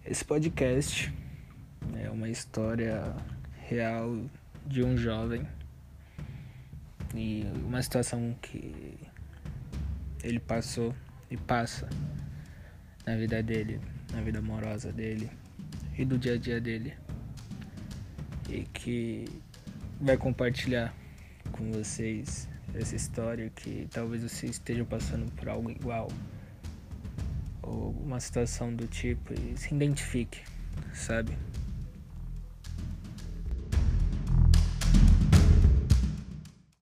Esse podcast é uma história real de um jovem e uma situação que ele passou e passa na vida dele, na vida amorosa dele e do dia a dia dele, e que vai compartilhar com vocês essa história que talvez vocês estejam passando por algo igual ou uma situação do tipo e se identifique, sabe?